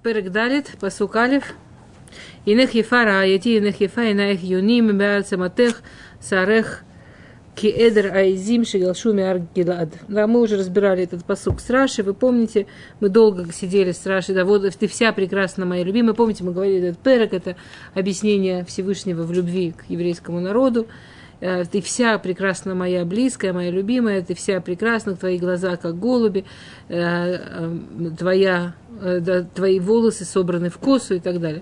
Перек Далит, пасук Алеф. Инех ефара аяти, инех ефа, инаех юним, беалцематех, сарех, киэдр айзим, шигалшуми аргилад. Да, мы уже разбирали этот пасук с Раши. Вы помните, мы долго сидели с Раши. Да, вот ты вся прекрасна, моя любимая. Помните, мы говорили, этот перек, это объяснение Всевышнего в любви к еврейскому народу. Ты вся прекрасна, моя близкая, моя любимая, ты вся прекрасна, твои глаза как голуби, твои волосы собраны в косу и так далее.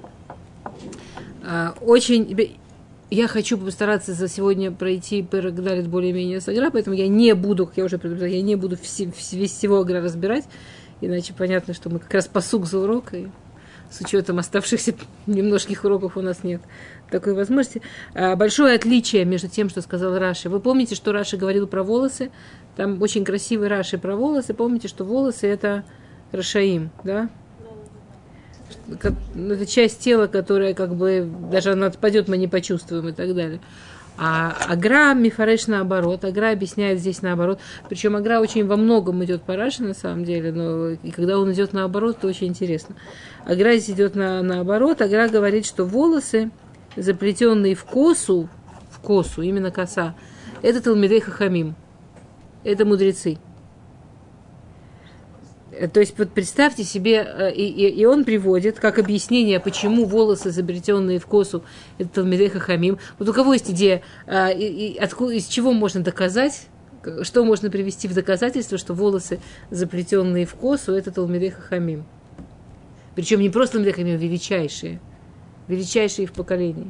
Очень... Я хочу постараться за сегодня пройти перек Далит более-менее с Агра, поэтому я не буду, как я уже предупреждала, я не буду всего Агра разбирать, иначе понятно, что мы как раз пасук за урок, и с учетом оставшихся немножких уроков у нас нет такой возможности. Большое отличие между тем, что сказал Раши. Вы помните, что Раши говорил про волосы? Там очень красивый Раши про волосы. Помните, что волосы – это рашаим, да? Это часть тела, которая как бы даже она отпадет, мы не почувствуем и так далее. А Агра мифареш наоборот. Агра объясняет здесь наоборот. Причем Агра очень во многом идет по Раши на самом деле, но и когда он идет наоборот, то очень интересно. Агра здесь идет наоборот. Агра говорит, что волосы, заплетенные в косу, именно коса, это талмидей хахамим. Это мудрецы. То есть вот представьте себе, и он приводит как объяснение, почему волосы, заплетенные в косу, это талмидей хахамим. Вот у кого есть идея, из чего можно доказать, что можно привести в доказательство, что волосы, заплетенные в косу, это талмидей хахамим. Причем не просто талмидей хахамим, величайшие в поколении.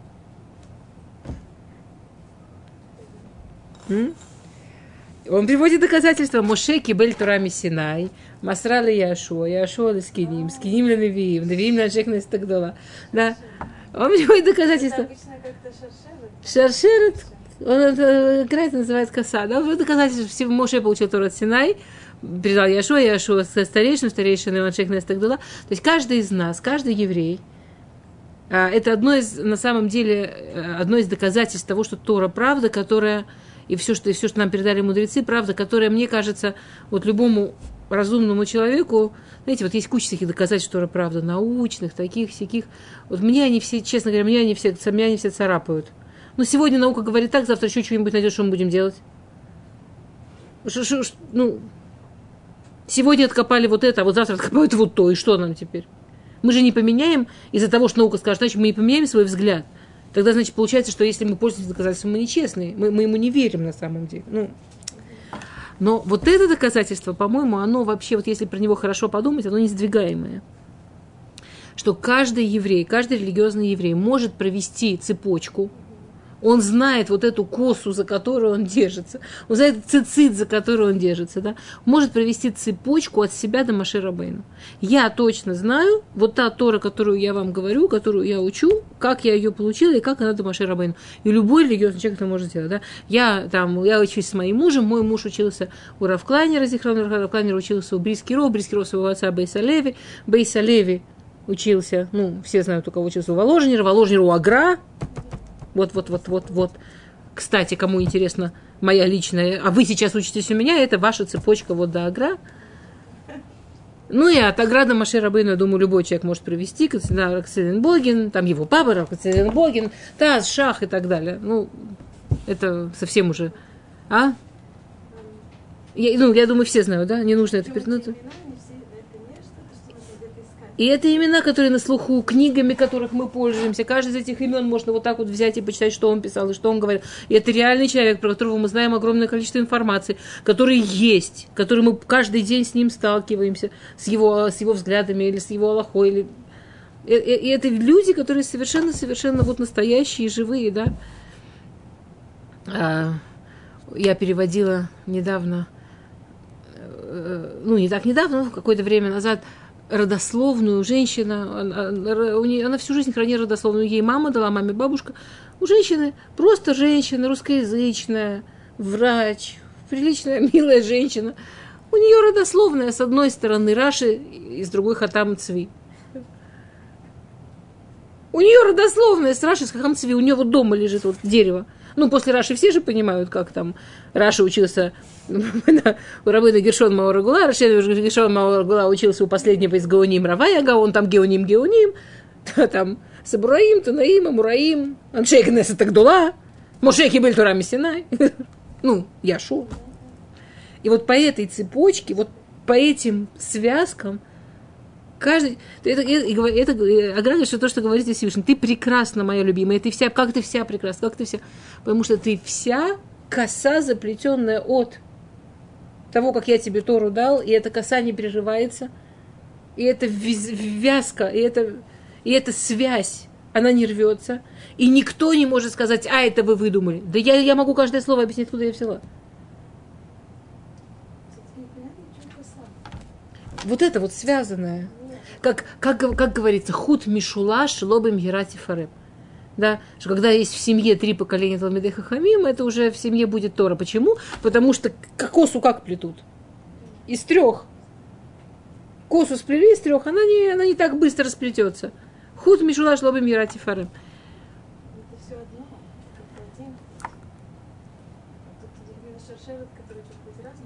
Он приводит доказательства. Моше кибель Тора мисинай, масра ли Яшуа, Яшуа ли скиним, скиним ли невиим, невиим ли аншехнес так дала. Да. Он приводит доказательства. Шаршерет. Он это называет коса. Да? Он приводит доказательства, что Моше получил Тору от Синай, передал Яшуа, Яшуа старейшины, аншехнес так дала. То есть каждый из нас, каждый еврей, это одно из доказательств того, что Тора правда, которая и все, что нам передали мудрецы, правда, которая, мне кажется, вот любому разумному человеку, знаете, вот есть куча таких доказательств, что Тора правда, научных, таких, сяких. Вот мне они все, честно говоря, меня они все царапают. Ну, сегодня наука говорит так, завтра еще что-нибудь найдешь, что мы будем делать? Сегодня откопали вот это, а вот завтра откопают вот то, и что нам теперь? Мы же не поменяем, из-за того, что наука скажет, значит, мы не поменяем свой взгляд. Тогда, значит, получается, что если мы пользуемся доказательством, мы нечестные, мы ему не верим на самом деле. Но вот это доказательство, по-моему, оно вообще, вот если про него хорошо подумать, оно несдвигаемое. Что каждый еврей, каждый религиозный еврей может провести цепочку. Он знает вот эту косу, за которую он держится. Он знает цицит, за которую он держится. Да? Может провести цепочку от себя до Моше Рабейну. Я точно знаю, вот та Тора, которую я вам говорю, которую я учу, как я ее получила и как она до Моше Рабейну. И любой религиозный человек это может сделать. Да? Я учусь с моим мужем, мой муж учился у Рав Клайнера, Рав Клайнер учился у Брискиро своего отца Бейс Алеви учился, все знают, у кого учился у Воложнера у Агра. Вот. Кстати, кому интересно моя личная, а вы сейчас учитесь у меня, это ваша цепочка вот до Агра. И от Агра до Моше Рабейну, я думаю, любой человек может привести. Кацинен Богин, там его папа, Кацинен Богин, Таз, Шах и так далее. Это совсем уже... Я думаю, все знают, да? Не нужно это перед... И это имена, которые на слуху, книгами, которых мы пользуемся. Каждый из этих имен можно вот так вот взять и почитать, что он писал и что он говорил. И это реальный человек, про которого мы знаем огромное количество информации, который есть, который мы каждый день с ним сталкиваемся, с его взглядами или с его алахой. И это люди, которые совершенно вот настоящие, живые, да. Я переводила недавно, не так недавно, но какое-то время назад, родословную женщина, она всю жизнь хранит родословную, ей мама дала, маме бабушка. У женщины, просто женщина, русскоязычная, врач, приличная, милая женщина. У нее родословная, с одной стороны Раши, и с другой Хатам Цви. У нее родословная с Раши, с Хатам Цви, у нее вот дома лежит вот дерево. Ну, после Раши все же понимают, как там Раша учился у Рабына Гершон Маора Гула, Гершон Маора Гула учился у последнего из Гаоним Равая Гаон, там Геоним, там Сабураим, Танаим, Амураим, Аншей Кнесет Агдула, Моше Кибель Тора Мисинай, ну, Яшу. И вот по этой цепочке, вот по этим связкам, каждый, это Агра, что то, что говорите Всевышний, ты прекрасна, моя любимая, ты вся, как ты вся прекрасна, как ты вся, потому что ты вся коса, заплетенная от того, как я тебе Тору дал, и эта коса не прерывается, и эта вязка, и эта связь, она не рвется, и никто не может сказать, это вы выдумали. Да я могу каждое слово объяснить, откуда я взяла. Вот это вот связанное. Как говорится, худ мишулаш лобым герати фарем. Да, что когда есть в семье 3 поколения Талмидей Хахамим, это уже в семье будет Тора. Почему? Потому что косу как плетут? Из 3. Косу сплели из 3, она не так быстро сплетется. Худ мишулаш лобым герати фарем. Это все одно, это один. А тут именно шершевет, который чуть быть разным.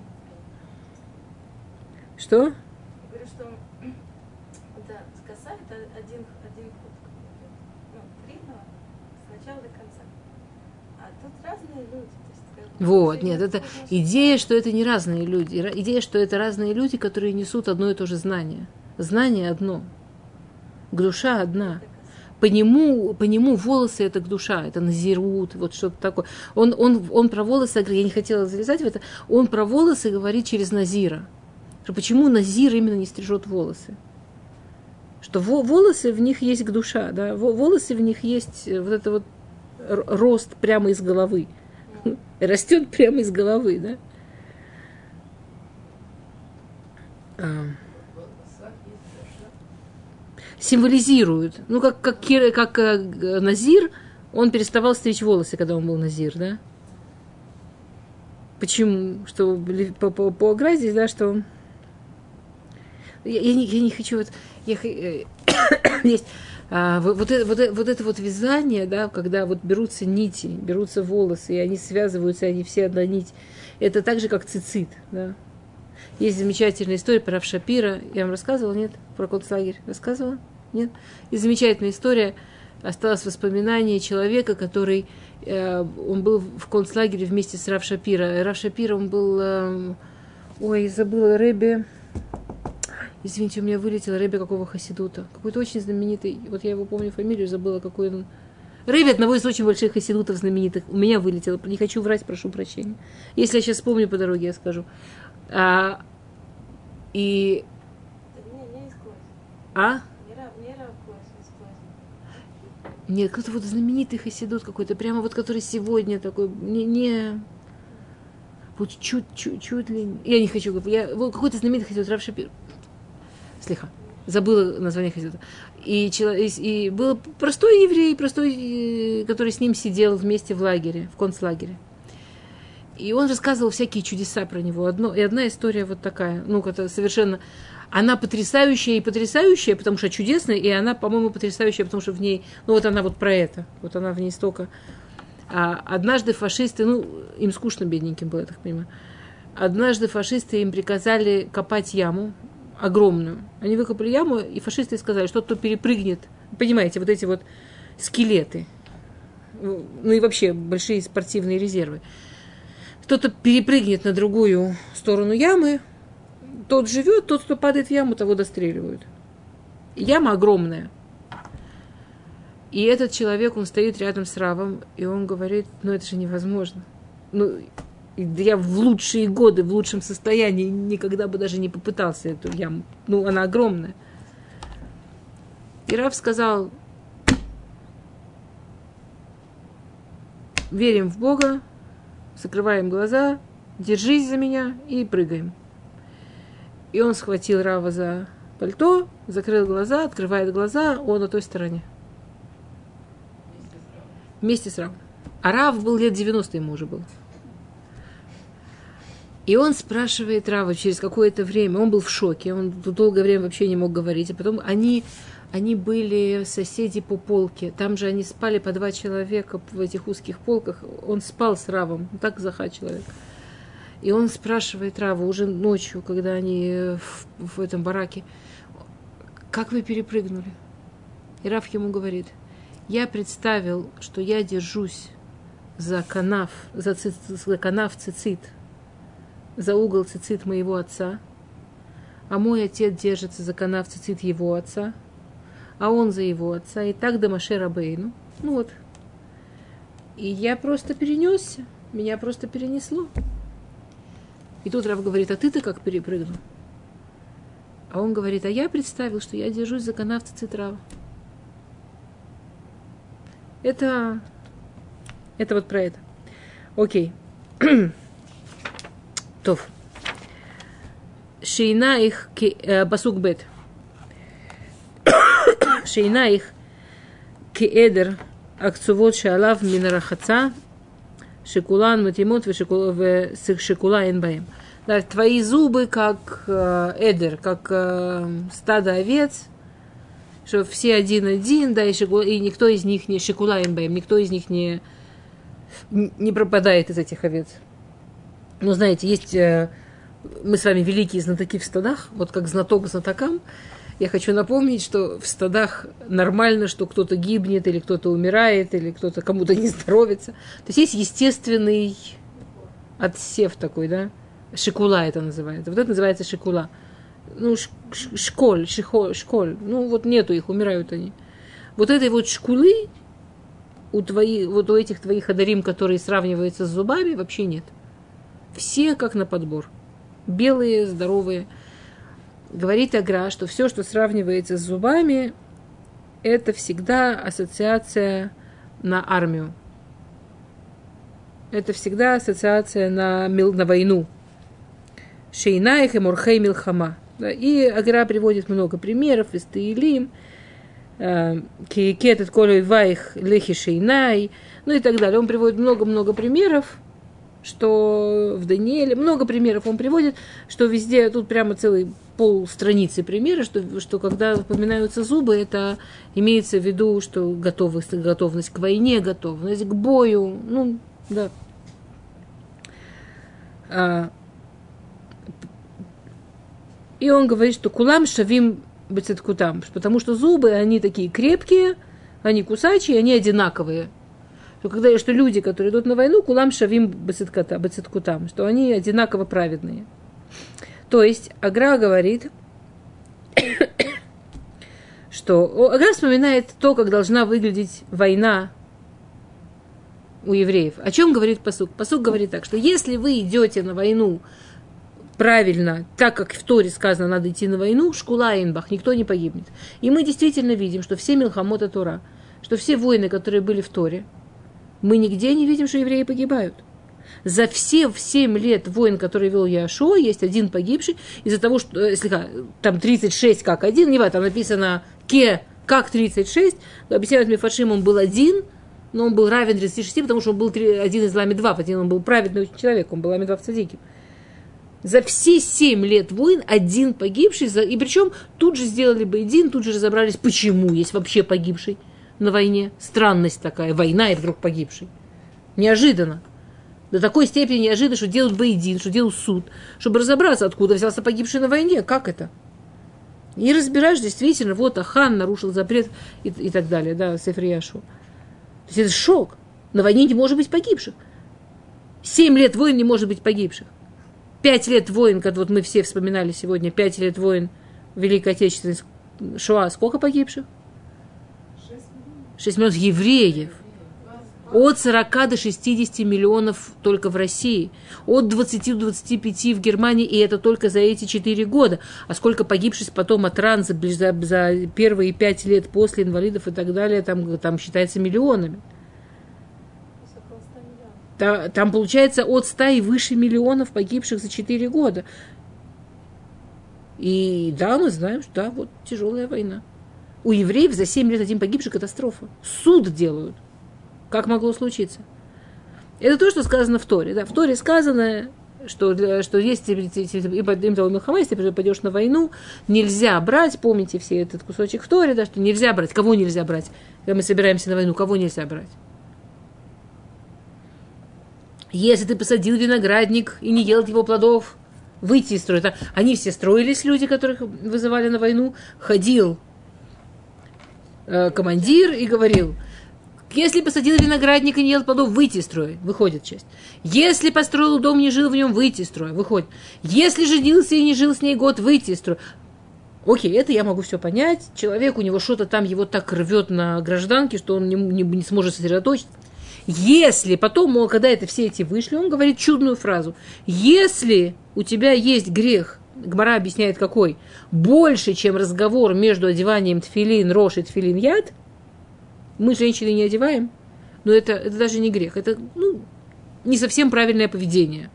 Что? Я говорю, что да, коса это один ход. Ну, длинного с начала до конца. А тут разные люди. То есть, Вот, нет, это идея, что это не разные люди. Идея, что это разные люди, которые несут одно и то же знание. Знание одно. Душа одна. По нему волосы это душа, это назирут, вот что-то такое. Он про волосы, я не хотела залезать в это, он про волосы говорит через назира. Что почему назир именно не стрижет волосы? Что волосы в них есть душа, да? Волосы в них есть вот это вот рост прямо из головы. Растет прямо из головы, да? Символизируют. Ну, как назир, он переставал стричь волосы, когда он был назир, да? Почему? Что по Агразе, да, что... Я не хочу... Есть вот это вот вязание, да, когда вот берутся нити, берутся волосы, и они связываются, они все одна нить. Это так же, как цицит, да. Есть замечательная история про Рав Шапира. Я вам рассказывала, нет? Про концлагерь рассказывала? Нет? И замечательная история. Осталось воспоминание человека, который... он был в концлагере вместе с Рав Шапира. Рав Шапира, он был... забыла Ребе... Извините, у меня вылетел Ребе какого хасидута. Какой-то очень знаменитый... Вот я его помню фамилию, забыла, какой он... Ребе одного из очень больших хасидутов знаменитых. У меня вылетело. Не хочу врать, прошу прощения. Если я сейчас вспомню по дороге, я скажу. И... Нет, кто-то вот знаменитый хасидут какой-то, прямо вот который сегодня такой, вот чуть ли... Я не хочу говорить. Вот какой-то знаменитый хасидут, Рав Шапир. Слиха. Забыла название хасидута. И был простой еврей, который с ним сидел вместе в лагере, в концлагере. И он рассказывал всякие чудеса про него. И одна история вот такая, это совершенно... Она потрясающая, потому что чудесная, и она, по-моему, потрясающая, потому что в ней... она вот про это. Вот она в ней столько... однажды фашисты... им скучно бедненьким было, я так понимаю. Однажды фашисты им приказали копать яму огромную. Они выкопали яму, и фашисты сказали, что кто перепрыгнет... Понимаете, вот эти вот скелеты. И вообще большие спортивные резервы. Кто-то перепрыгнет на другую сторону ямы, тот живет, тот, кто падает в яму, того достреливают. Яма огромная. И этот человек, он стоит рядом с Равом, и он говорит, это же невозможно. Я в лучшие годы, в лучшем состоянии, никогда бы даже не попытался эту яму. Она огромная. И Рав сказал, верим в Бога, закрываем глаза, держись за меня и прыгаем. И он схватил Рава за пальто, закрыл глаза, открывает глаза, он на той стороне. Вместе с Равом. А Рав был лет 90 ему уже был. И он спрашивает Рава через какое-то время, он был в шоке, он долгое время вообще не мог говорить, а потом они были соседи по полке, там же они спали по 2 человека в этих узких полках, он спал с Равом, так заха человек. И он спрашивает Раву уже ночью, когда они в этом бараке, как вы перепрыгнули? И Рав ему говорит, я представил, что я держусь за канав цицит, за угол цицит моего отца, а мой отец держится за канав цицит его отца, а он за его отца, и так до Моше Рабейну. Ну вот. И я просто перенесся, меня просто перенесло. И тут Рав говорит, а ты-то как перепрыгнул? А он говорит, а я представил, что я держусь за канав цицит Рава. Это вот про это. Окей. Тов. Шейна их басук бет. Шейна их кеэдер акцувот шалав минарахаца шекулан матимот шекула энбаем. Твои зубы как эдер, как стадо овец, что все один-один, да, и никто из них не шекула энбаем, никто из них не пропадает из этих овец. Ну, знаете, есть мы с вами великие знатоки в стадах, вот как знаток знатокам, я хочу напомнить, что в стадах нормально, что кто-то гибнет, или кто-то умирает, или кто-то кому-то не здоровится. То есть естественный отсев такой, да? Шекула это называется. Вот это называется шекула. Ну, школь. Ну, вот нету их, умирают они. Вот этой вот шкулы у этих твоих адарим, которые сравниваются с зубами, вообще нет. Все как на подбор. Белые, здоровые. Говорит Агра, что все, что сравнивается с зубами, это всегда ассоциация на армию. Это всегда ассоциация на войну. Шейнаих и мурхей милхама. И Агра приводит много примеров из Таилим. Киекет колой вайх лехи шейнай. Ну и так далее. Он приводит много-много примеров, что в Данииле, много примеров он приводит, что везде, тут прямо целый полстраницы примеры, что когда упоминаются зубы, это имеется в виду, что готовность к войне, готовность к бою, ну, да. И он говорит, что кулам шавим бецеткутам, потому что зубы, они такие крепкие, они кусачие, они одинаковые. Что люди, которые идут на войну, кулам шавим бецеткутам, что они одинаково праведные. То есть Агра говорит, что Агра вспоминает то, как должна выглядеть война у евреев. О чем говорит Пасук? Пасук говорит так, что если вы идете на войну правильно, так как в Торе сказано, надо идти на войну, шкула инбах, никто не погибнет. И мы действительно видим, что все милхамота Тора, что все войны, которые были в Торе, мы нигде не видим, что евреи погибают. За все 7 лет войн, которые вел Яшуа, есть один погибший из-за того, что, если там 36 как один, не важно, там написано как 36, объясняют Мефаршим, он был один, но он был равен 36, потому что он был один из Ламид-2, один он был праведный человек, он был Ламид-2 в Цадике. За все 7 лет войн один погибший, и причем тут же сделали бейдин, тут же разобрались, почему есть вообще погибший на войне. Странность такая, война и вдруг погибший. Неожиданно. До такой степени неожиданно, что делают бейдин, что делают суд, чтобы разобраться, откуда взялся погибший на войне, как это. И разбираешь, действительно, вот Ахан нарушил запрет и так далее, да, Сефер Яшуа. То есть это шок. На войне не может быть погибших. 7 лет войн не может быть погибших. 5 лет войн, как вот мы все вспоминали сегодня, 5 лет войн Великой Отечественной Шоа, сколько погибших? 6 миллионов евреев. От 40 до 60 миллионов только в России. От 20 до 25 в Германии, и это только за эти 4 года. А сколько погибших потом от ран за первые 5 лет после инвалидов и так далее, там считается миллионами. Там получается от 100 и выше миллионов погибших за 4 года. И да, мы знаем, что да, вот тяжелая война. У евреев за 7 лет один погибший — катастрофа. Суд делают. Как могло случиться? Это то, что сказано в Торе. Да, в Торе сказано, что если ты пойдешь на войну, нельзя брать, помните все этот кусочек в Торе, да, что нельзя брать, кого нельзя брать, когда мы собираемся на войну, кого нельзя брать. Если ты посадил виноградник и не ел его плодов, выйти из строя. Они все строились, люди, которых вызывали на войну, ходил командир и говорил: если посадил виноградник и не ел плодов, выйти из строя, выходит часть. Если построил дом, не жил в нем, выйти из строя, выходит. Если женился и не жил с ней год, выйти из строя. Окей, это я могу все понять. Человек, у него что-то там его так рвет на гражданке, что он не сможет сосредоточиться. Если потом, мол, когда это все эти вышли, он говорит чудную фразу: если у тебя есть грех, Гмара объясняет какой, больше, чем разговор между одеванием тфилин рош и тфилин яд, мы, женщины, не одеваем, но это даже не грех, это не совсем правильное поведение.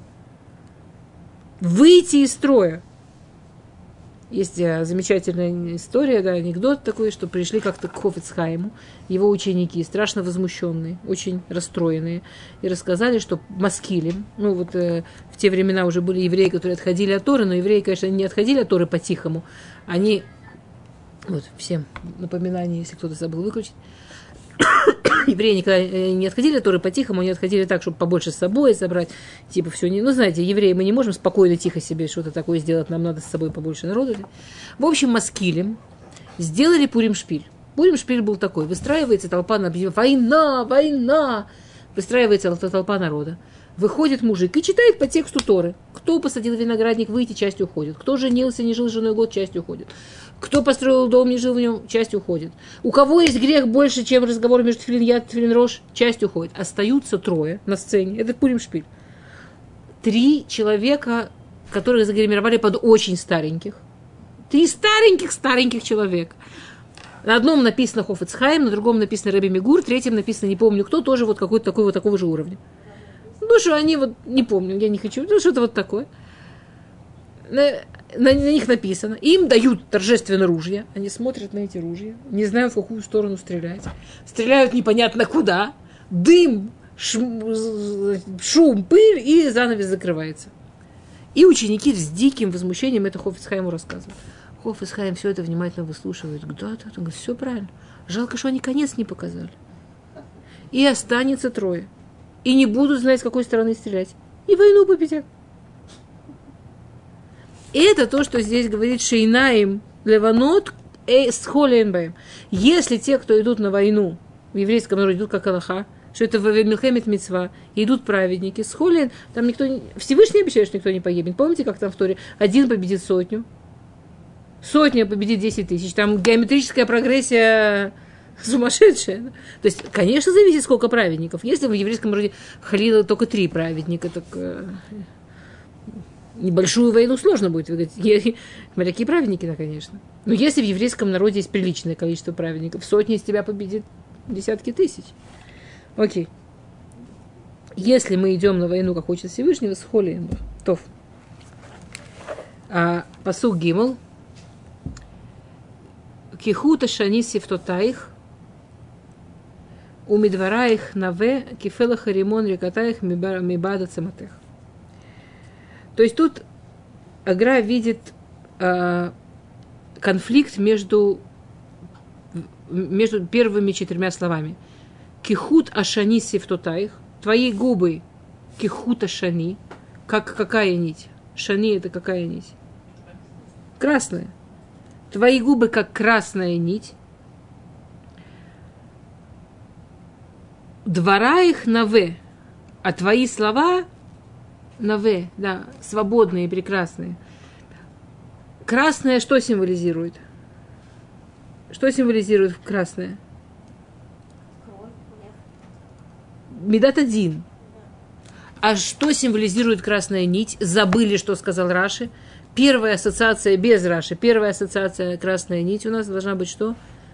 Выйти из строя. Есть замечательная история, да, анекдот такой, что пришли как-то к Хофец Хаиму его ученики, страшно возмущенные, очень расстроенные, и рассказали, что маскилим, в те времена уже были евреи, которые отходили от Торы, но евреи, конечно, не отходили от Торы по-тихому, они, всем напоминание, если кто-то забыл выключить, евреи никогда не отходили от Торы по-тихому, они отходили так, чтобы побольше с собой собрать, типа все не... знаете, евреи, мы не можем спокойно, тихо себе что-то такое сделать, нам надо с собой побольше народу. В общем, маскилим сделали Пурим-шпиль. Пурим-шпиль был такой, выстраивается толпа, война, война, выстраивается толпа народа. Выходит мужик и читает по тексту Торы. Кто посадил виноградник, выйти, часть уходит. Кто женился, не жил с женой год, часть уходит. Кто построил дом, не жил в нем, часть уходит. У кого есть грех больше, чем разговор между тфилин яд и тфилин рош, часть уходит. Остаются трое на сцене. Это Пурим-шпиль. 3 человека, которых загримировали под очень стареньких. 3 стареньких человека. На одном написано Хофец Хаим, на другом написано Ребби Мигур, третьем написано не помню кто, тоже какой-то такой такого же уровня. Что они не помню, я не хочу, что-то такое. На них написано. Им дают торжественно ружья. Они смотрят на эти ружья, не знают, в какую сторону стрелять. Стреляют непонятно куда. Дым, шум, пыль, и занавес закрывается. И ученики с диким возмущением это Хофец Хаиму рассказывают. Хофец Хаим все это внимательно выслушивает. Да, он говорит, все правильно. Жалко, что они конец не показали. И останется 3. И не будут знать, с какой стороны стрелять. И войну победят. И это то, что здесь говорит Шейнаим Леванот с Холейнбаем. Если те, кто идут на войну, в еврейском народе идут как Аллаха, что это в Милхемет Мицва, идут праведники, с Холейн, там Всевышний обещает, что никто не погибнет. Помните, как там в Торе? 1 победит 100, 100 победит 10 000. Там геометрическая прогрессия сумасшедшая. То есть, конечно, зависит, сколько праведников. Если в еврейском народе халило только 3 праведника, так небольшую войну сложно будет выиграть. Моряки праведники, да, конечно. Но если в еврейском народе есть приличное количество праведников, 100 из тебя победит десятки тысяч. Окей. Если мы идем на войну, как хочет Всевышнего, с Холием, то пасук Гимл Кихута шани сифтотаих умидвараих наве кифела харимон рекатаих мибада цематех. То есть тут Агра видит конфликт между первыми 4 словами. Кихут ашани сифтотаих. Твои губы кихут ашани. Как какая нить? Шани это какая нить? Красная. Твои губы как красная нить. Двора их на В. А твои слова на В. Да, свободные и прекрасные. Красное что символизирует? Что символизирует красное? Медат один. А что символизирует красная нить? Забыли, что сказал Раши. Первая ассоциация без Раши. Первая ассоциация красная нить у нас должна быть что?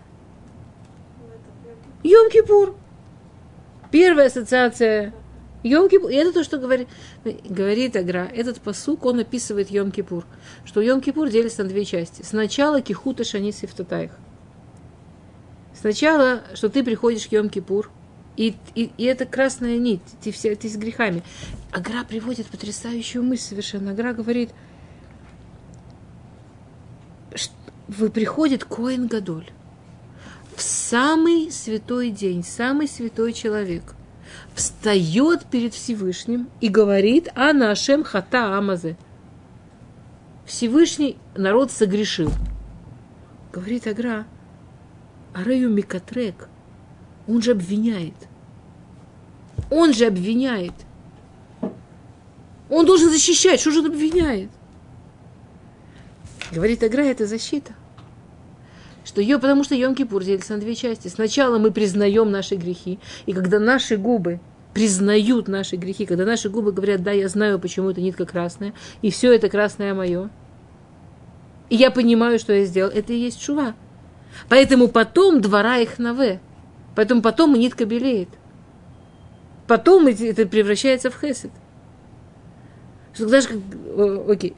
Йом-Кипур. Первая ассоциация Йом-Кипур. И это то, что говорит Агра. Этот пасук, он описывает Йом-Кипур. Что Йом-Кипур делится на 2 части. Сначала кихута шани сифтотаих. Сначала, что ты приходишь к Йом-Кипур И это красная нить, ты с грехами. Агра приводит потрясающую мысль совершенно. Агра говорит, приходит Коэн Гадоль в самый святой день, самый святой человек, встает перед Всевышним и говорит: «Ана Ашем хата амазе». Всевышний народ согрешил. Говорит Агра: «Арею микатрек». Он же обвиняет. Он же обвиняет. Он должен защищать. Что же он обвиняет? Говорит Агра, это защита. Потому что Йом-Кипур делится на две части. Сначала мы признаем наши грехи. И когда наши губы признают наши грехи, когда наши губы говорят: да, я знаю, почему эта нитка красная, и все это красное мое, и я понимаю, что я сделал, это и есть тшува. Поэтому потом двора их наве. Поэтому потом и нитка белеет. Потом это превращается в хесед. Даже как... Окей.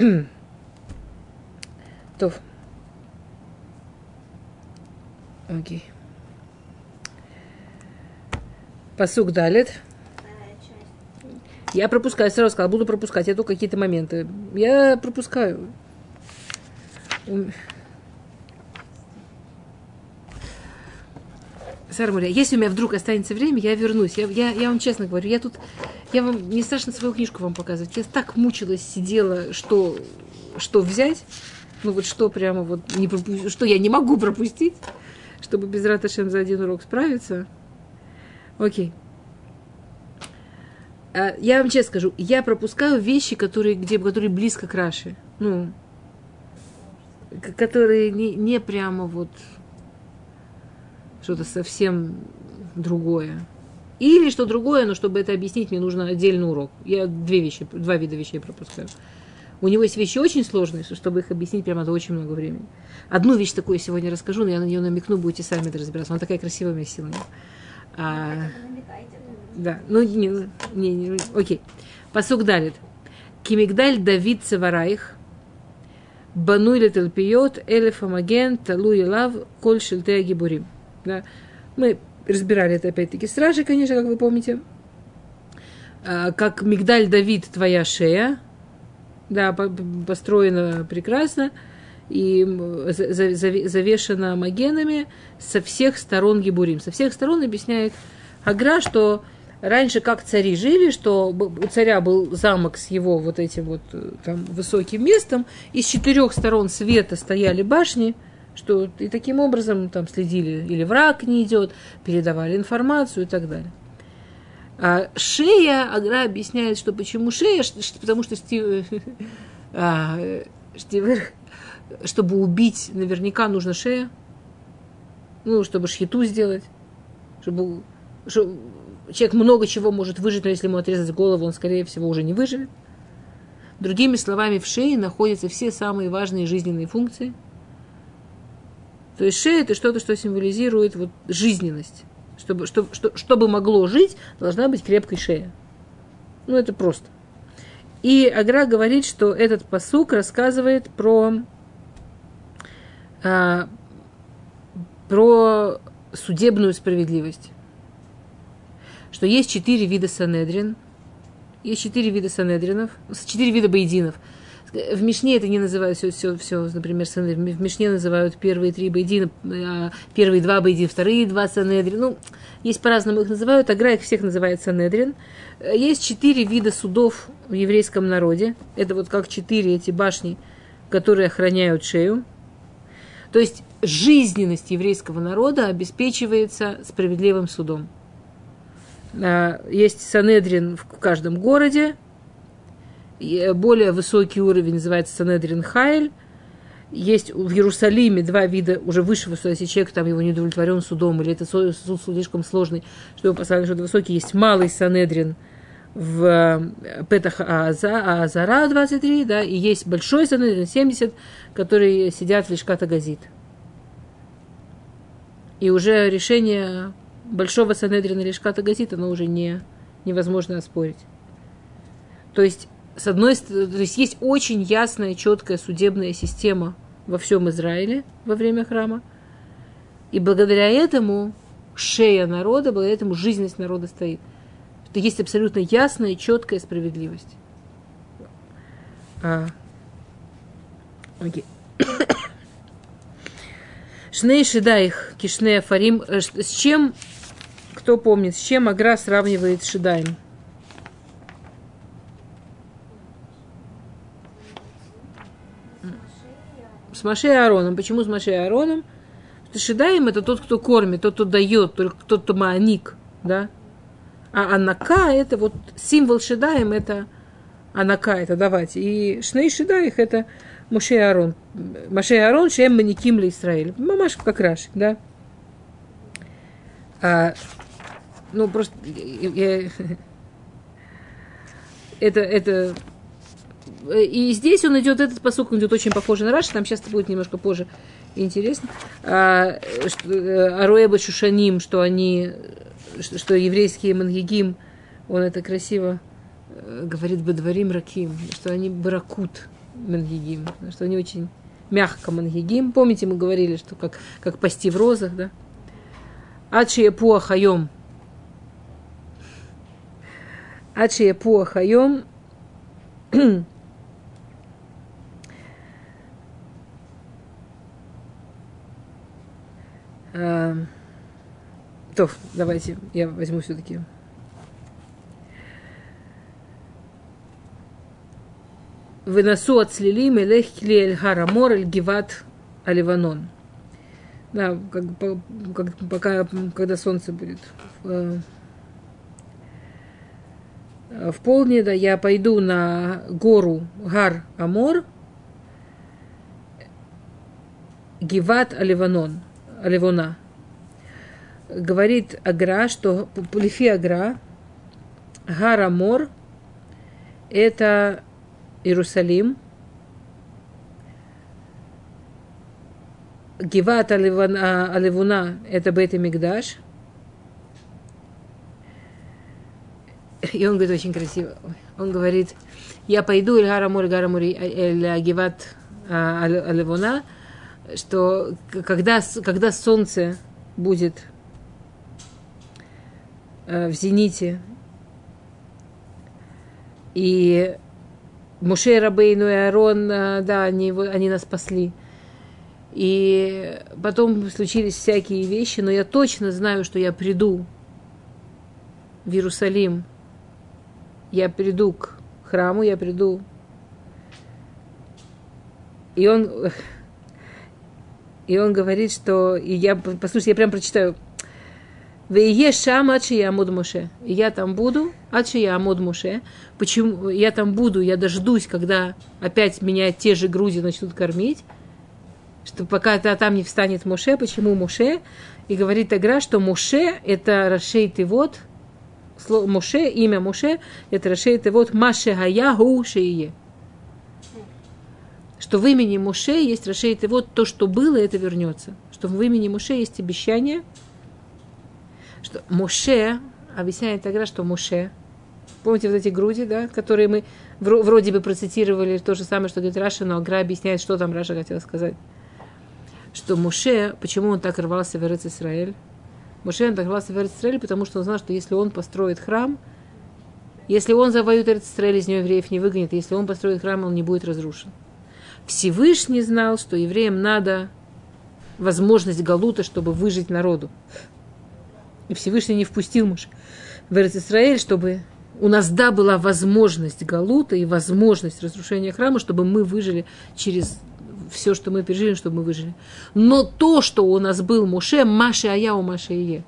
Тов. Окей. Пасук далит. Я пропускаю, сразу сказала, буду пропускать. Я только какие-то моменты. Я пропускаю. Сармуля, если у меня вдруг останется время, я вернусь. Я вам честно говорю, не страшно свою книжку вам показывать. Я так мучилась, сидела, что взять, что прямо что я не могу пропустить, чтобы без Раташем за один урок справиться. Окей. Я вам честно скажу, я пропускаю вещи, которые близко к Раши. Которые не прямо что-то совсем другое. Или что другое, но чтобы это объяснить, мне нужно отдельный урок. Я два вида вещей пропускаю. У него есть вещи очень сложные, чтобы их объяснить, прямо надо очень много времени. Одну вещь такую я сегодня расскажу, но я на нее намекну, будете сами это разбираться. Она такая красивая, у меня сила нет. Да, окей. Пасук далит. Кимигдаль Давид Цевараих, Бануй летельпиот, Элеф Амаген, Талу Елав, Коль Шельтея Гибурим. Да. Мы разбирали это опять-таки с Рашей, конечно, как вы помните. Как Мигдаль Давид, твоя шея, да, построена прекрасно и завешена магенами со всех сторон Гибурим. Со всех сторон объясняет Агра, что раньше как цари жили, что у царя был замок с его этим там высоким местом, и с 4 сторон света стояли башни, что и таким образом там следили, или враг не идет, передавали информацию и так далее. А шея, Агра объясняет, что почему шея, потому что чтобы убить, наверняка нужна шея, чтобы шхиту сделать, чтобы человек много чего может выжить, но если ему отрезать голову, он, скорее всего, уже не выживет. Другими словами, в шее находятся все самые важные жизненные функции. То есть шея – это что-то, что символизирует жизненность. Чтобы могло жить, должна быть крепкой шея. Это просто. И Агра говорит, что этот пасук рассказывает про судебную справедливость. Что есть 4 вида санедрин, есть 4 вида санедринов, 4 вида бейдинов. В Мишне это не называют все, например, санедрин. В Мишне называют первые 3 бейдина, первые 2 бейдина, вторые 2 санедрин. Есть по-разному их называют. Агра их всех называет санедрин. Есть 4 вида судов в еврейском народе. Это как 4 эти башни, которые охраняют шею. То есть жизненность еврейского народа обеспечивается справедливым судом. Есть санедрин в каждом городе. Более высокий уровень называется санедрин Хайль. Есть в Иерусалиме 2 вида уже высшего суда. Если человек там его не удовлетворен судом, или это суд слишком сложный, что его поставили что-то высокий. Есть малый санедрин в Петах Азара 23, да, и есть большой санедрин 70, которые сидят в Лишкат Агазит. И уже решение большого санедрина Лишкат Агазит, оно уже невозможно оспорить. То есть, с одной стороны, есть очень ясная, четкая судебная система во всем Израиле во время храма. И благодаря этому шея народа, благодаря этому жизненность народа стоит. Это есть абсолютно ясная и четкая справедливость. Окей. Шней шидаих кишней афарим. С чем, кто помнит, с чем Агра сравнивает шидаем? С Моше и Аароном. Почему с Моше и Аароном? Потому что шидаем это тот, кто кормит, тот, кто дает, тот, кто мааник, да? А анака это вот символ шидаем это анака, это давать. И шней шидаих это Моше и Аарон. Моше и Аарон шеем маниким для Израиля. Мамаш как Раши, да? Ну, просто это и здесь он идет, этот пасук, он идет очень похож на Раши, там сейчас это будет немножко позже интересно. Ароэба Шушаним, что еврейские мангигим, он это красиво говорит Бадварим Раким, что они баракут мангигим, что они очень мягко мангигим. Помните, мы говорили, что как пасти в розах, да? Ачия пуахайом. Ачия пуахайом. То, давайте, я возьму все-таки. Выносу от слили мелех клеэль харамор эль гиват аливанон. Да, когда солнце будет в полдень, да, я пойду на гору Гар Амор, Гиват Аливанон, Аливона. Говорит Агра, что Лифи Агра, Гар Амор – это Иерусалим, Гиват Аливуна – это Бейт-Микдаш. И он говорит очень красиво. Он говорит, я пойду Эль Гарамур, Эль Гиват Аливуна, что когда солнце будет в зените, и Моше Рабейну и Аарон, да, они нас спасли. И потом случились всякие вещи, но я точно знаю, что я приду в Иерусалим, я приду к храму, я приду. И он говорит, что... Послушайте, я прям прочитаю. «Веие шам ад шеямод Моше». И я там буду, ад шеямод Моше. Почему? Я там буду, я дождусь, когда опять меня те же груди начнут кормить, что пока там не встанет Моше. Почему Моше? И говорит Агра, что Моше – это рашей тевот. Моше, имя Моше – это рашей тевот Маше Гаяху Шеие. Что в имени Моше есть рашей тевот, то, что было, это вернется. Что в имени Моше есть обещание, что Моше, объясняет Агра, что Моше, помните вот эти груди, да, которые мы вроде бы процитировали, то же самое, что говорит Раша, но Агра объясняет, что там Раша хотела сказать. Что Моше, почему он так рвался в Эрец-Исраэль? Моше он так рвался в Эрец-Исраэль, потому что он знал, что если он построит храм, если он завоюет Эрец-Исраэль, из него евреев не выгонит, если он построит храм, он не будет разрушен. Всевышний знал, что евреям надо возможность галута, чтобы выжить народу. И Всевышний не впустил Моше в Эрец-Исраэль, чтобы у нас, да, была возможность галута и возможность разрушения храма, чтобы мы выжили через все, что мы пережили, чтобы мы выжили. Но то, что у нас был Моше, Маше Аяу Маше Ие.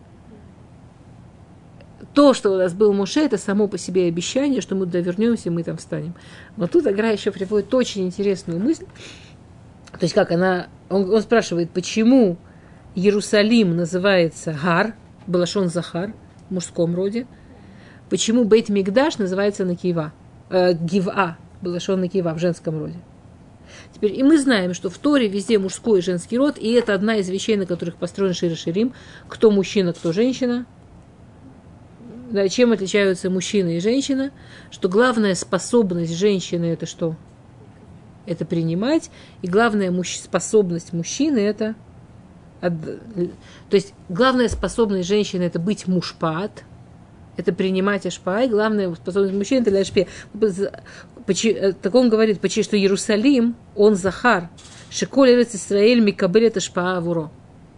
То, что у нас был Моше, это само по себе обещание, что мы туда вернемся, мы там встанем. Но тут Агра еще приводит очень интересную мысль. То есть как он спрашивает, почему Иерусалим называется Гар, Балашон Захар, в мужском роде. Почему Бейт-Микдаш называется Накива, Гива, Балашон Накива, в женском роде. Теперь, и мы знаем, что в Торе везде мужской и женский род, и это одна из вещей, на которых построен Шир ха-Ширим. Кто мужчина, кто женщина. Да, чем отличаются мужчина и женщина? Что главная способность женщины – это что? Это принимать. И главная способность мужчины – это То есть главная способность женщины – это быть мушпат, это принимать ашпа, и главная способность мужчины – это ашпе. Так он говорит, что Иерусалим, он захар, шеколь эрец Исраэль микабелет ашпа авуро.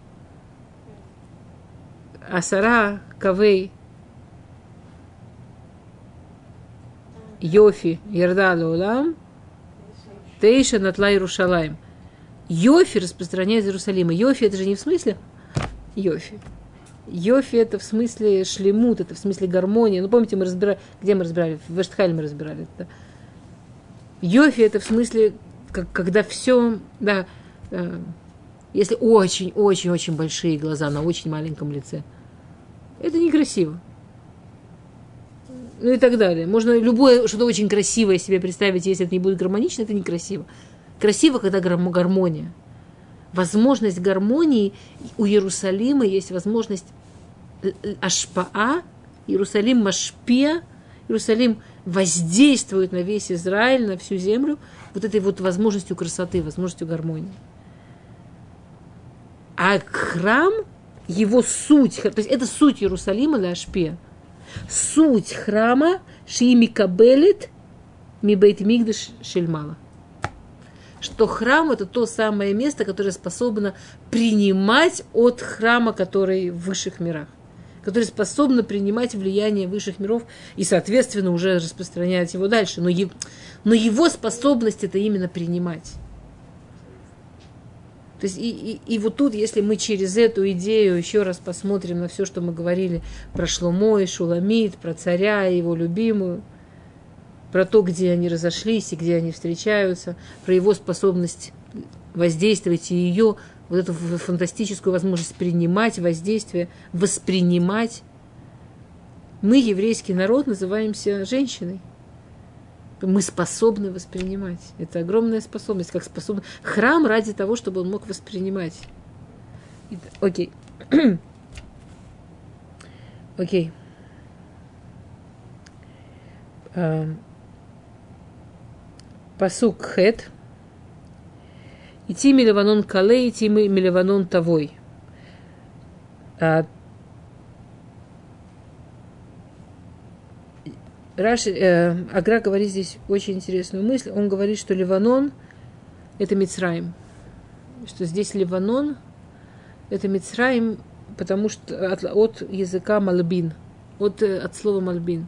Асара, кавей, йофи, ярда леулам, тейша натла Иерушалаим. Йофи распространяет Иерусалима. Йофи это же не в смысле Йофи. Йофи это в смысле шлемут, это в смысле гармонии. Ну, помните, мы разбирали, где мы разбирали? В Эштхале мы разбирали это. Йофи это в смысле, когда все, да, если очень-очень-очень большие глаза на очень маленьком лице. Это некрасиво. Ну и так далее. Можно любое, что-то очень красивое себе представить, если это не будет гармонично, это некрасиво. Красиво, когда гармония. Возможность гармонии у Иерусалима есть возможность ашпаа, Иерусалим машпия, Иерусалим воздействует на весь Израиль, на всю землю, вот этой вот возможностью красоты, возможностью гармонии. А храм, его суть, то есть это суть Иерусалима для ашпия. Суть храма шиими кабелет ми бейт мигдаш шельмала. Что храм – это то самое место, которое способно принимать от храма, который в высших мирах, которое способно принимать влияние высших миров и, соответственно, уже распространять его дальше. Но его способность – это именно принимать. То есть и вот тут, если мы через эту идею еще раз посмотрим на все, что мы говорили про Шломо и Шуламит, про царя и его любимую, про то, где они разошлись и где они встречаются, про его способность воздействовать и ее, вот эту фантастическую возможность принимать воздействие, воспринимать. Мы, еврейский народ, называемся женщиной. Мы способны воспринимать. Это огромная способность, как способность. Храм ради того, чтобы он мог воспринимать. Окей. Окей. Пасук хет. Идти милеванон кале, идти милеванон тавой. Агра говорит здесь очень интересную мысль. Он говорит, что Ливанон – это Мицраим. Что здесь Ливанон – это Мицраим, потому что от языка Малбин, от слова Малбин,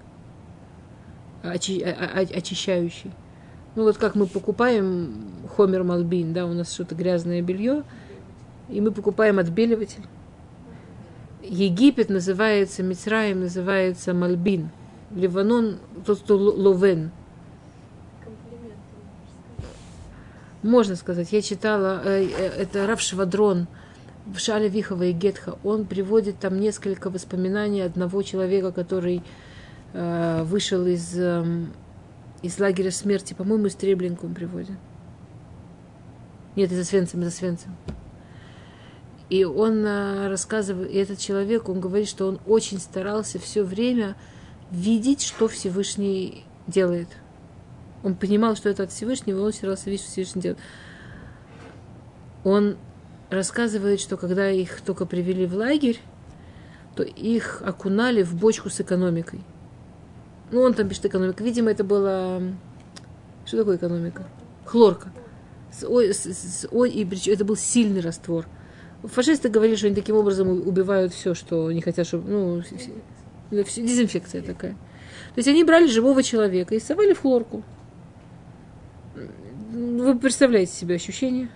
очищающий. Ну вот как мы покупаем хомер Малбин, да, у нас что-то грязное белье, и мы покупаем отбеливатель. Египет называется, Мицраим называется Малбин. Ливанон, тот, кто ловен. Можно сказать. Я читала, это Рав Швадрон в Шале Вихова и Гетха. Он приводит там несколько воспоминаний одного человека, который вышел из лагеря смерти. По-моему, из Треблинка он приводит. Нет, из Освенцима. И он рассказывает, и этот человек, он говорит, что он очень старался все время видеть, что Всевышний делает. Он понимал, что это от Всевышнего, он старался видеть, что Всевышний делает. Он рассказывает, что когда их только привели в лагерь, то их окунали в бочку с экономикой. Ну, он там пишет экономика. Видимо, это была... Что такое экономика? Хлорка. И это был сильный раствор. Фашисты говорили, что они таким образом убивают все, что не хотят, чтобы... Ну, дезинфекция такая. То есть они брали живого человека и совали в хлорку. Вы представляете себе ощущение?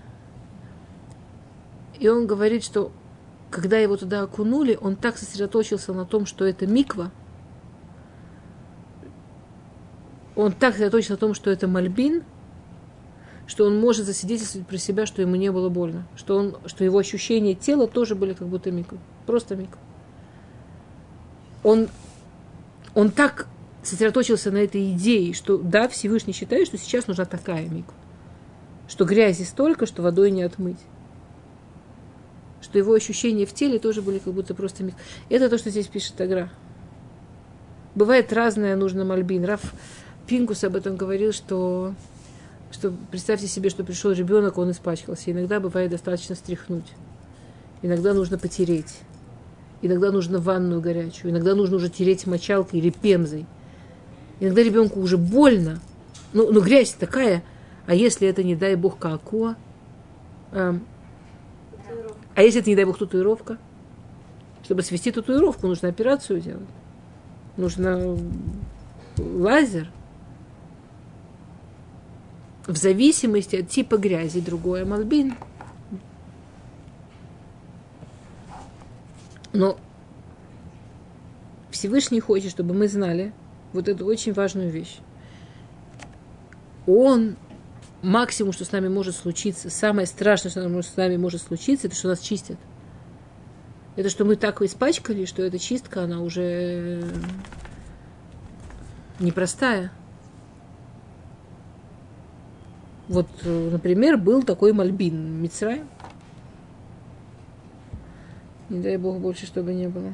И он говорит, что когда его туда окунули, он так сосредоточился на том, что это миква, он так сосредоточился на том, что это мальбин, что он может засвидетельствовать про себя, что ему не было больно, что его ощущения тела тоже были как будто миква, просто миква. Он так сосредоточился на этой идее, что да, Всевышний считает, что сейчас нужна такая миква, что грязи столько, что водой не отмыть, что его ощущения в теле тоже были как будто просто миква. Это то, что здесь пишет Агра. Бывает разное, нужно мальбин. Рав Пинкус об этом говорил, что представьте себе, что пришел ребенок, он испачкался. Иногда бывает достаточно стряхнуть. иногда нужно потереть. Иногда нужно ванную горячую. Иногда нужно уже тереть мочалкой или пемзой. Иногда ребенку уже больно. Ну грязь такая. А если это, не дай бог, какуа? А если это, не дай бог, татуировка? Чтобы свести татуировку, нужно операцию делать. Нужно лазер. В зависимости от типа грязи другое мальбин. Но Всевышний хочет, чтобы мы знали вот эту очень важную вещь. Он, максимум, что с нами может случиться, самое страшное, что с нами может случиться, это что нас чистят. Это что мы так испачкали, что эта чистка, она уже непростая. Вот, например, был такой мальбин Мицраим. Не дай бог больше, чтобы не было.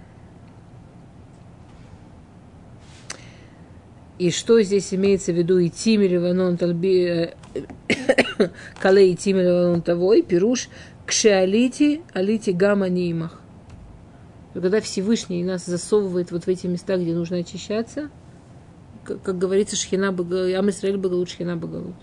И что здесь имеется в виду? Идти мириванон тальби калей идти мириванон тавой пируш кшеалити алити гамма нимах. Когда Всевышний нас засовывает вот в эти места, где нужно очищаться, как говорится, шхина багалут, ам Исраэль багалут, шхина багалут.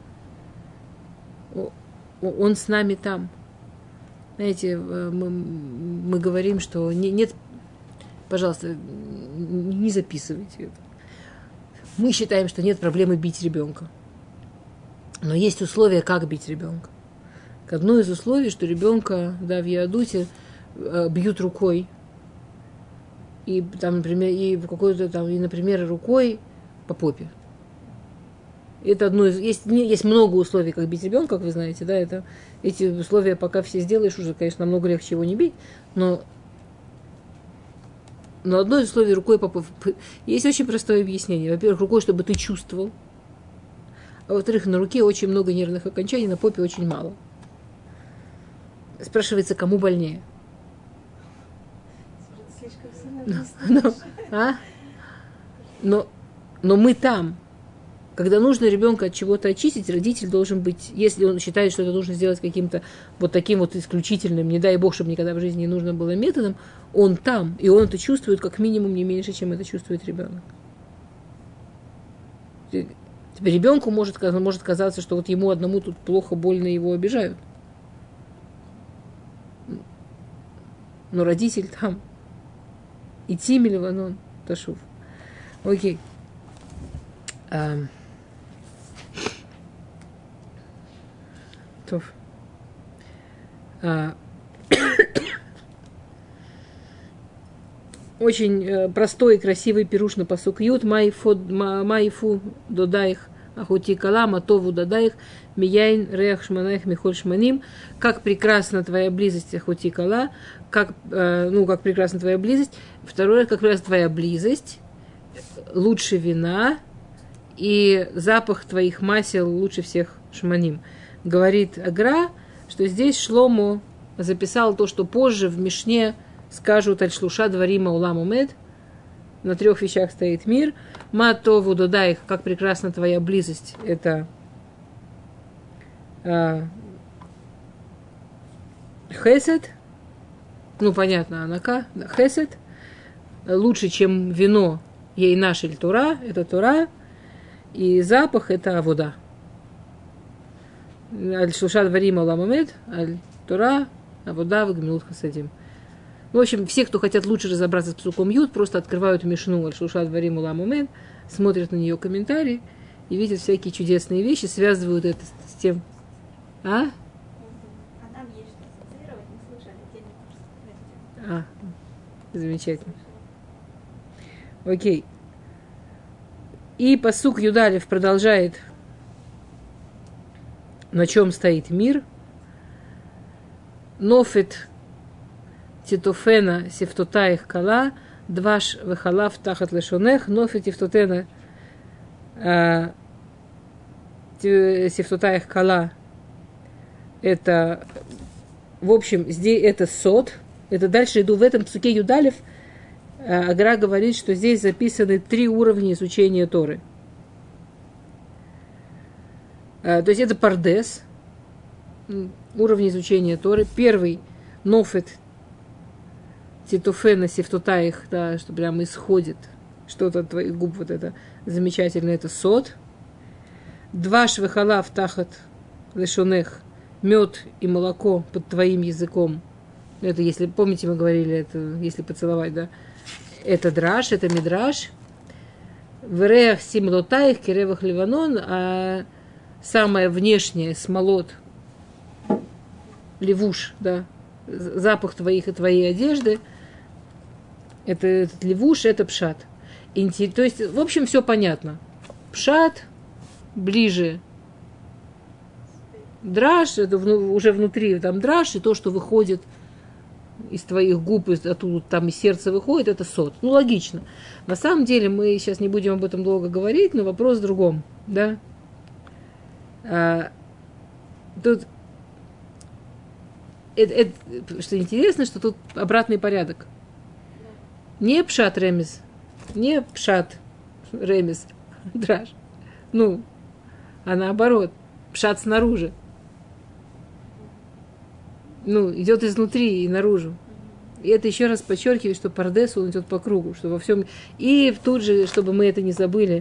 Он с нами там. Знаете, мы говорим, что нет, пожалуйста, не записывайте это. Мы считаем, что нет проблемы бить ребенка. Но есть условия, как бить ребенка. Одно из условий, что ребенка, да, в Яадуте бьют рукой. И там, например, например, рукой по попе. Это одно из... Есть много условий, как бить ребенка, как вы знаете, да, это эти условия, пока все сделаешь, уже, конечно, намного легче его не бить, но одно из условий рукой по попе. Есть очень простое объяснение. Во-первых, рукой, чтобы ты чувствовал, а во-вторых, на руке очень много нервных окончаний, на попе очень мало. Спрашивается, кому больнее? Но мы там. Когда нужно ребенка от чего-то очистить, родитель должен быть, если он считает, что это нужно сделать каким-то вот таким вот исключительным, не дай бог, чтобы никогда в жизни не нужно было методом, он там, и он это чувствует как минимум не меньше, чем это чувствует ребенок. Теперь ребенку может казаться, что вот ему одному тут плохо, больно, его обижают. Но родитель там. Идти миливанон ташув. Окей. Очень простой и красивый пируш на пасук ют. Майфу додаих ахути калама тову додаих мияйн реах шманаих михоль шманим. Как прекрасна твоя близость, ахути кала. Как прекрасна твоя близость. Второе, как прекрасна твоя близость. Лучше вина. И запах твоих масел лучше всех шманим. Говорит Агра, что здесь Шломо записал то, что позже в Мишне скажут аль-шлуша дварима улам умед. На 3 вещах стоит мир. Матову додаих, как прекрасна твоя близость. Это хесед. Ну, понятно, анака. Хесед. Лучше, чем вино, ей наш или Тора. Это Тора. И запах – это вода. Аль-шлуша дварима улам умед. Аль-Тора, вода, вагмилут хасадим. В общем, все, кто хотят лучше разобраться с псуком Юд, просто открывают Мишну Аль-Шлуша дварим улам умед, смотрят на нее комментарии и видят всякие чудесные вещи, связывают это с тем. А? А там есть что цитировать, мы слушали отдельный курс. Замечательно. Окей. И пасук Юдалев продолжает, на чем стоит мир. Нофет титуфена сифтутаих кала, дваш вехалав тахат лешонех, нофет тифтутена сифтутаих кала. Это, в общем, здесь это сот. Это дальше иду в этом псуке Юдалев. Агра говорит, что здесь записаны 3 уровня изучения Торы. То есть это пардес, уровень изучения Торы. Первый нофет, титуфена, сифтутаих, да, что прямо исходит что-то от твоих губ, вот это замечательно, это сот. Дваш вехалав тахат лешонех, мед и молоко под твоим языком. Это, если, помните, мы говорили, это, если поцеловать, да, это драж, это мидраж. Верех симлотаих киревах ливанон, а самое внешнее, смолот, левуш, да, запах твоих и твоей одежды, это этот левуш, это пшат. То есть, в общем, все понятно. Пшат ближе. Драж, это уже внутри, там драж, и то, что выходит из твоих губ, оттуда там из сердца выходит, это сот. Ну, логично. На самом деле, мы сейчас не будем об этом долго говорить, но вопрос в другом, да. Тут, что интересно, что тут обратный порядок. Не пшат ремес, не пшат ремес, драж. Ну, а наоборот, пшат снаружи. Ну, идет изнутри и наружу. И это еще раз подчеркивает, что пардес, он идет по кругу, что во всем. И тут же, чтобы мы это не забыли,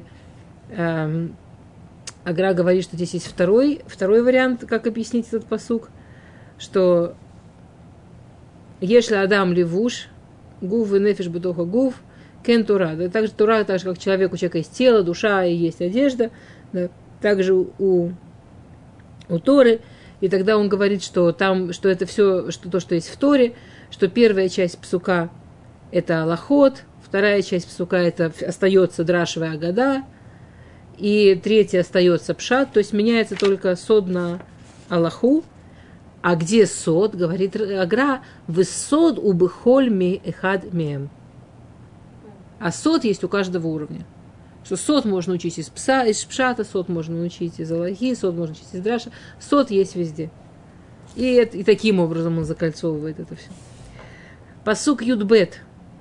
Агра говорит, что здесь есть второй вариант, как объяснить этот пасук, что если Адам левуш, гув и нефиш бутоха гув, кен тура. Да, также тура, так же как у человека есть тело, душа и есть одежда, да, также у Торы. И тогда он говорит, что там, что это все, что то, что есть в Торе, что первая часть псука – это алахот, вторая часть псука – это остается драшевая агада, и третья остается пшат, то есть меняется только сод на алаху. А где сод, говорит Агра, высод у бихольми эхад мем. А сод есть у каждого уровня. Что сот можно учить из пшата, сот можно учить из алахи, сот можно учить из драша. Сот есть везде. И таким образом он закольцовывает это все. Пасук Юдбет.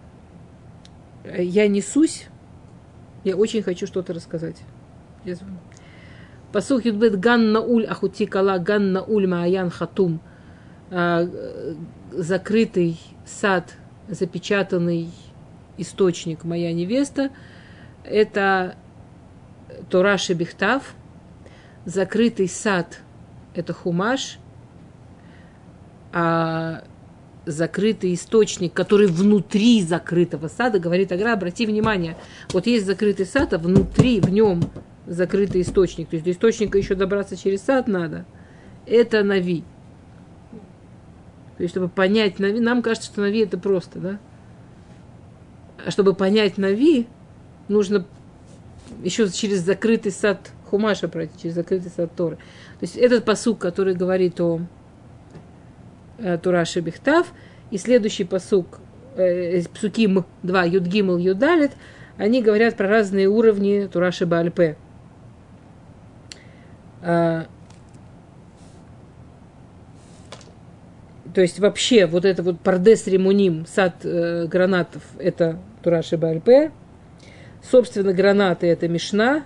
Я несусь. Я очень хочу что-то рассказать. Пасук Юдбет ган науль ахути кала ган науль мааян хатум. Закрытый сад, запечатанный источник моя невеста. Это Тора Шебихтав, закрытый сад – это хумаш, а закрытый источник, который внутри закрытого сада, говорит Агра, обрати внимание, вот есть закрытый сад, а внутри, в нем закрытый источник, то есть до источника еще добраться через сад надо, это Нави. То есть, чтобы понять Нави, нам кажется, что Нави – это просто, да? А чтобы понять Нави, нужно еще через закрытый сад Хумаша пройти, через закрытый сад Торы. То есть этот пасук, который говорит о Тора Шебихтав, и следующий пасук, псуким 2, Юдгимл, Юдалит, они говорят про разные уровни Тора Шебаальпе. То есть вообще вот это вот пардес ремуним, сад гранатов, это Тора Шебаальпе. Собственно, гранаты – это Мишна.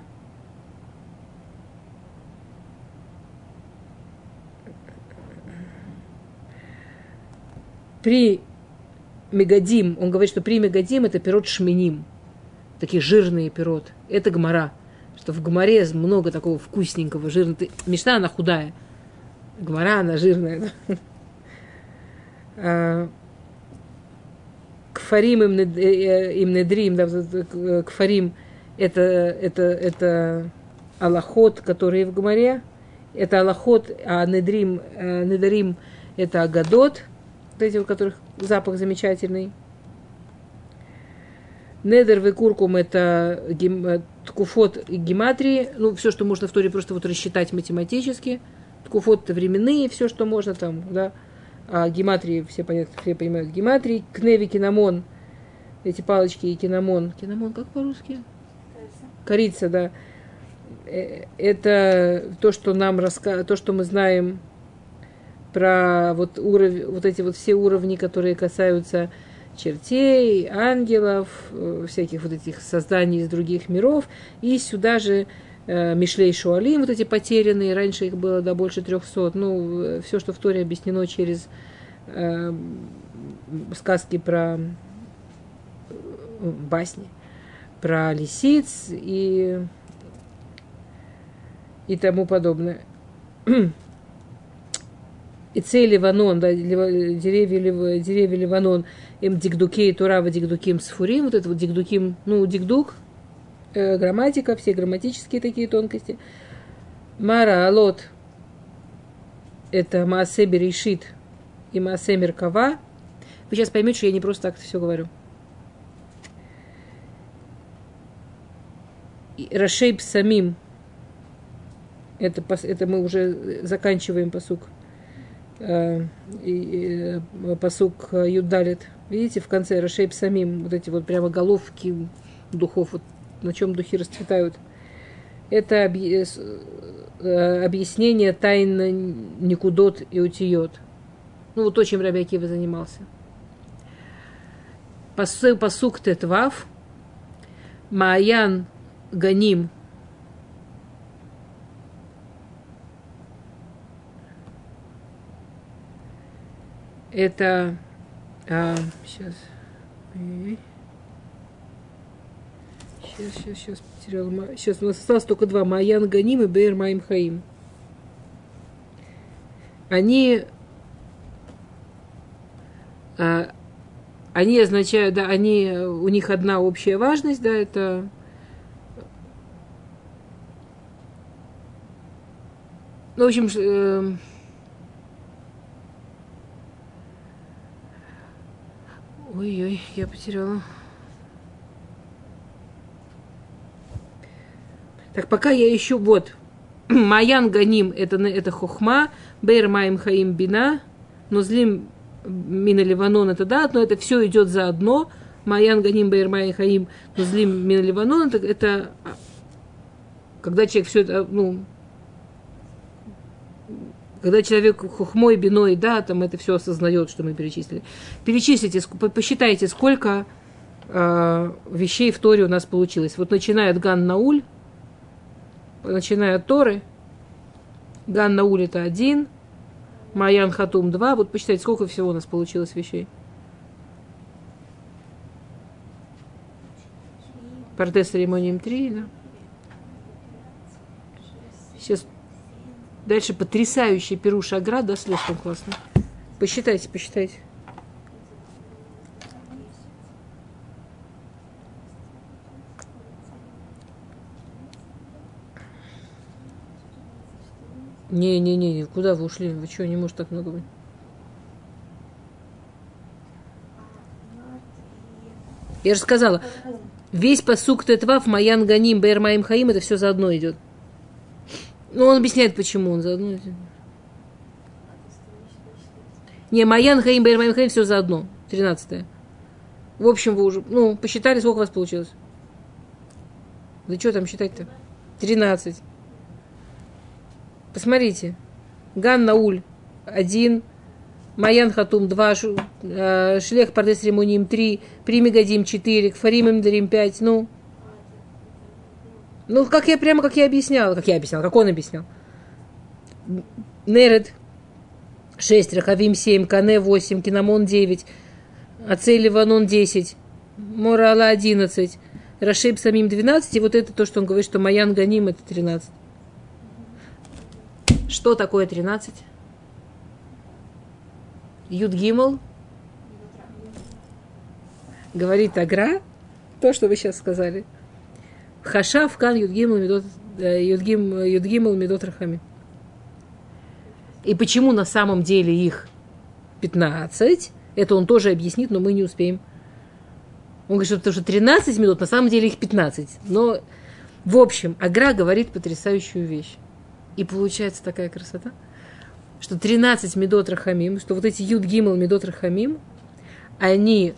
При Мегадим, он говорит, что при Мегадим – это пирот шминим, такие жирные пирот. Это гмара, что в гмаре много такого вкусненького, жирного. Мишна, она худая, гмара, она жирная. Кфарим им недрим, да, кфарим это алахот, которые в гмаре, это алахот, а недарим это агадот, вот эти, у которых запах замечательный. Недер и куркум это ткуфот и гематрии, ну все, что можно в Торе просто вот рассчитать математически. Ткуфот это временные, все, что можно там, да. А гематрии, все понимают гематрии. Кневи, кинамон, эти палочки и кинамон. Кинамон как по-русски? Корица, да. Это то, что нам то, что мы знаем про вот эти вот все уровни, которые касаются чертей, ангелов, всяких вот этих созданий из других миров. И сюда же Мишлей Шуалим, вот эти потерянные, раньше их было больше 300. Ну, все, что в Торе объяснено через сказки про басни, про лисиц и тому подобное. И цель Ливанон, да, деревья Ливанон, дикдукей, турава дикдуким сфурим, вот это вот дикдуким, дикдук, грамматика, все грамматические такие тонкости. Мара алот, это маасе берешит и маасе меркава. Вы сейчас поймете, что я не просто так все говорю. Рашей псамим, это мы уже заканчиваем пасук. Пасук Юдалит. Видите, в конце Рашей псамим, вот эти вот прямо головки духов, вот на чем духи расцветают. Это объяснение тайн Никудот и Утиот. Вот то, чем Раби Акива занимался. Пасук Тетвав, Мааян Ганим. Это сейчас потеряла. Сейчас у нас осталось только два. Маян Ганим и Бейр Маим Хаим. Они означают, да, у них одна общая важность, да, это в общем, ой-ой, я потеряла. Так, пока я ищу, вот, Маян Ганим, это хохма, Бейр Маим Хаим Бина, Нозлим Мина Ливанон, это да, но это все идет заодно. Маян Ганим, Бейр Маим Хаим, Нозлим Мина Ливанон, это когда человек все это, когда человек хохмой, биной, да, там это все осознает, что мы перечислили. Перечислите, посчитайте, сколько вещей в Торе у нас получилось. Вот начиная от Ган Науль, начиная от Торы, Ган Науль это 1, Маян Хатум 2. Вот посчитайте, сколько всего у нас получилось вещей. Партес церемониям 3, да. Сейчас дальше потрясающий Пируш Агра, да, слишком классно. Посчитайте. Не, куда вы ушли? Вы что, не может так много быть? Я же сказала, весь пасук Тетвав, Маян Ганим, Бейр Маим Хаим, это все заодно идет. Он объясняет, почему он заодно идет. Не, Маян Хаим, Бейр Маим Хаим, все заодно. 13-е. В общем, вы уже, посчитали, сколько у вас получилось? Да что там считать-то? 13. Посмотрите. Ган Науль 1, Маян Хатум 2, Шлех Пардес Ремуним 3, Примигадим 4, Кфарим Имдарим 5, как я объясняла. Как он объяснял. Неред 6, Рахавим 7, Кане 8, Кинамон 9, Ацей Ливанон 10, Морала 11, Рашейб Самим 12, и вот это то, что он говорит, что Маян Ганим это 13. Что такое 13? Юд Гимл. Говорит Агра, то, что вы сейчас сказали. Хашав кан Юд Гимл Медот Рахами. И почему на самом деле их 15? Это он тоже объяснит, но мы не успеем. Он говорит, что потому что 13 минут, на самом деле их 15. Но, в общем, Агра говорит потрясающую вещь. И получается такая красота, что 13 Медот Рахамим, что вот эти Юд Гимл Медот Рахамим, они,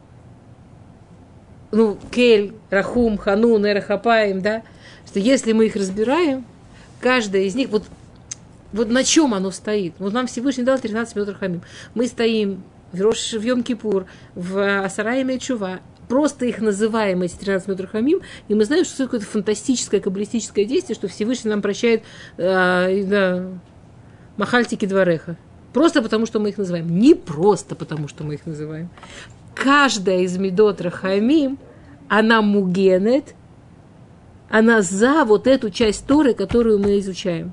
Кель, Рахум, Ханун, Эрахапаим, да, что если мы их разбираем, каждая из них, вот на чем оно стоит. Вот нам Всевышний дал 13 Медот Рахамим. Мы стоим в Йом-Кипур, в Асара Йемей Тшува, просто их называем, эти 13 Медот Рахамим, и мы знаем, что это какое-то фантастическое каббалистическое действие, что Всевышний нам прощает Махальтики Двореха. Просто потому, что мы их называем. Не просто потому, что мы их называем. Каждая из медот рахамим, она мугенет, она за вот эту часть Торы, которую мы изучаем.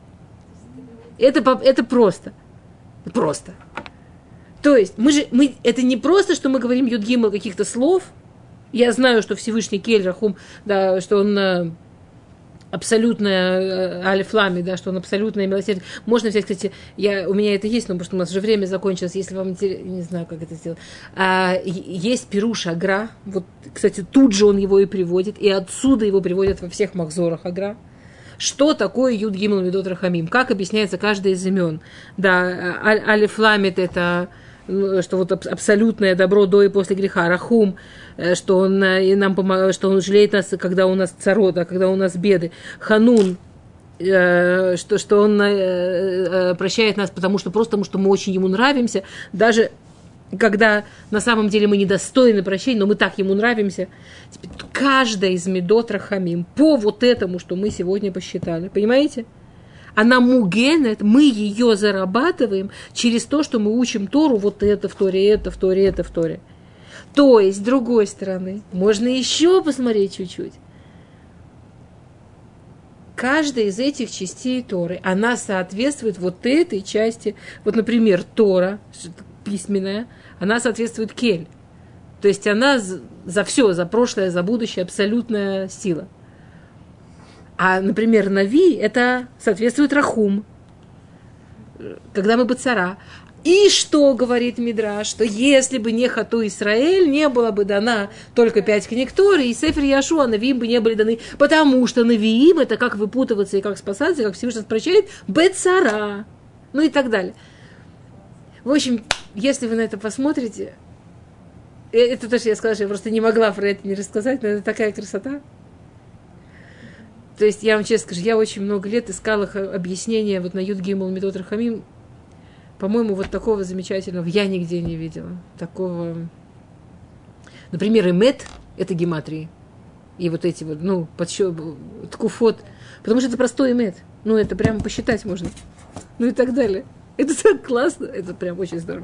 Это просто. Просто. То есть, это не просто, что мы говорим Юд-Гимл каких-то слов. Я знаю, что Всевышний Кель Рахум, да, что он абсолютное алиф-лами, да, что он абсолютное милосердие. Можно взять, кстати, у меня это есть, но потому что у нас уже время закончилось, если вам интересно, не знаю, как это сделать. Есть Пируш Агра, вот, кстати, тут же он его и приводит, и отсюда его приводят во всех махзорах Агра. Что такое Юд Гимл Медот Рахамим? Как объясняется каждое из имен? Да, алиф-ламит это что вот абсолютное добро до и после греха, рахум, что он нам помогает, что он жалеет нас, когда у нас царота, когда у нас беды, ханун, что он прощает нас просто потому, что мы очень ему нравимся, даже когда на самом деле мы недостойны прощения, но мы так ему нравимся. Каждая из медот рахамим по вот этому, что мы сегодня посчитали, понимаете? Она мугенет, мы ее зарабатываем через то, что мы учим Тору, вот это в Торе, это в Торе, это в Торе. То есть, с другой стороны, можно еще посмотреть чуть-чуть. Каждая из этих частей Торы, она соответствует вот этой части. Вот, например, Тора, письменная, она соответствует Кель. То есть, она за все, за прошлое, за будущее, абсолютная сила. А, например, Нави, это соответствует Рахум, когда мы Бацара. И что говорит Мидраш, что если бы не Хату Исраэль, не было бы дана только 5 книг Торы, и Сефер Яшуа, Навиим бы не были даны, потому что Навиим это как выпутываться и как спасаться, и как Всевышний прощает, Бацара, ну и так далее. В общем, если вы на это посмотрите, это то, что я сказала, что я просто не могла про это не рассказать, но это такая красота. То есть, я вам честно скажу, я очень много лет искала объяснения вот на Юд Гимл Медот Рахамим. По-моему, вот такого замечательного я нигде не видела. Такого... Например, эмет – это гематрии. И вот эти вот, подсчет, ткуфот. Потому что это простой эмет. Это прямо посчитать можно. Ну и так далее. Это так классно. Это прям очень здорово.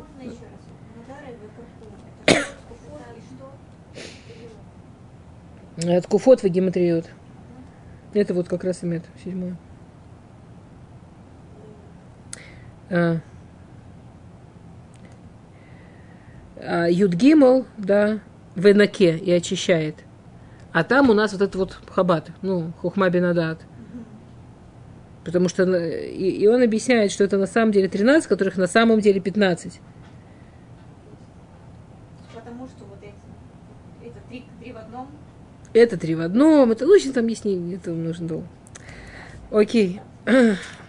Ткуфот в гематриот. Это вот как раз имеет 7. Юд-Гимл, да, в Энаке и очищает. А там у нас вот это вот хабат, хухма бен-адат. Потому что и он объясняет, что это на самом деле 13, которых на самом деле 15. Потому что вот это 3 в одном. Это 3 в одном. Это очень там объяснение, это нужно долго. Окей.